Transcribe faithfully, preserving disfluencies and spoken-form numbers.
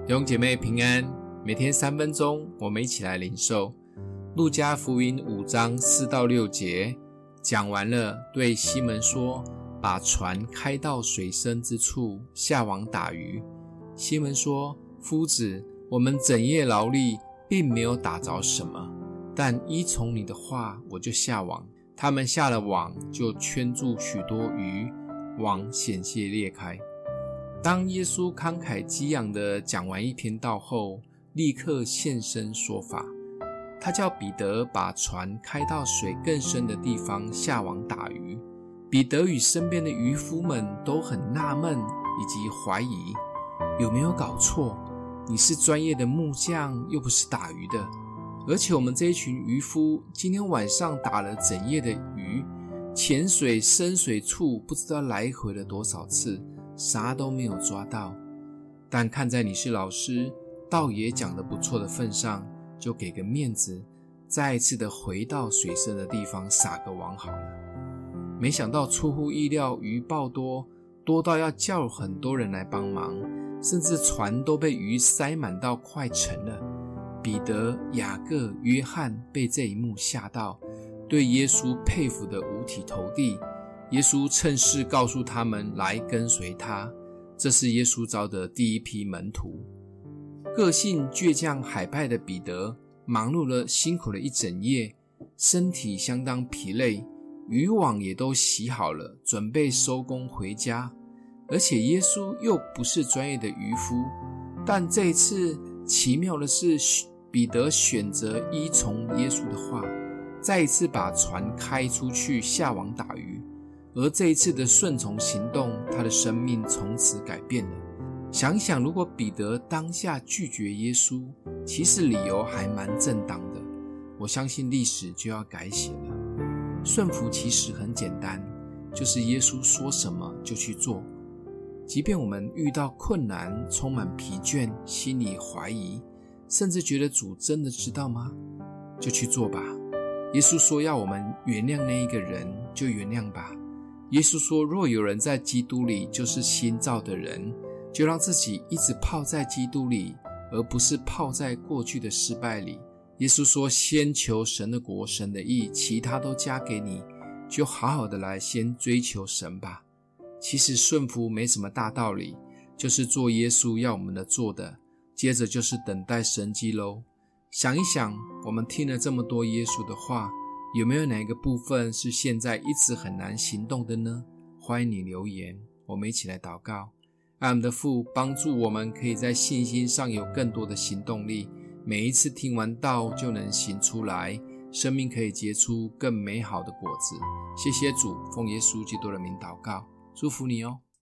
弟兄姐妹平安，每天三分钟，我们一起来领受路加福音五章四到六节。讲完了，对西门说，把船开到水深之处，下网打鱼。西门说，夫子，我们整夜劳力，并没有打着什么，但依从你的话，我就下网。他们下了网，就圈住许多鱼，网险些裂开。当耶稣慷慨激昂地讲完一篇道后，立刻现身说法。他叫彼得把船开到水更深的地方下网打鱼。彼得与身边的渔夫们都很纳闷以及怀疑，有没有搞错？你是专业的木匠，又不是打鱼的。而且我们这一群渔夫今天晚上打了整夜的鱼，潜水深水处不知道来回了多少次，啥都没有抓到。但看在你是老师，道也讲得不错的份上，就给个面子，再一次的回到水深的地方撒个网好了。没想到出乎意料，鱼爆多，多到要叫很多人来帮忙，甚至船都被鱼塞满到快沉了。彼得、雅各、约翰被这一幕吓到，对耶稣佩服的五体投地。耶稣趁势告诉他们来跟随他，这是耶稣召的第一批门徒。个性倔强海派的彼得忙碌了辛苦了一整夜，身体相当疲累，渔网也都洗好了，准备收工回家。而且耶稣又不是专业的渔夫，但这一次奇妙的是，彼得选择依从耶稣的话，再一次把船开出去下网打鱼。而这一次的顺从行动，他的生命从此改变了。想想如果彼得当下拒绝耶稣，其实理由还蛮正当的，我相信历史就要改写了。顺服其实很简单，就是耶稣说什么就去做。即便我们遇到困难，充满疲倦，心里怀疑，甚至觉得主真的知道吗？就去做吧。耶稣说要我们原谅那一个人，就原谅吧。耶稣说，若有人在基督里，就是新造的人，就让自己一直泡在基督里，而不是泡在过去的失败里。耶稣说，先求神的国，神的义，其他都加给你，就好好的来先追求神吧。其实顺服没什么大道理，就是做耶稣要我们的做的，接着就是等待神迹咯。想一想，我们听了这么多耶稣的话，有没有哪一个部分是现在一直很难行动的呢？欢迎你留言，我们一起来祷告。爱我们的父，帮助我们可以在信心上有更多的行动力，每一次听完道就能行出来，生命可以结出更美好的果子。谢谢主，奉耶稣基督的名祷告，祝福你哦。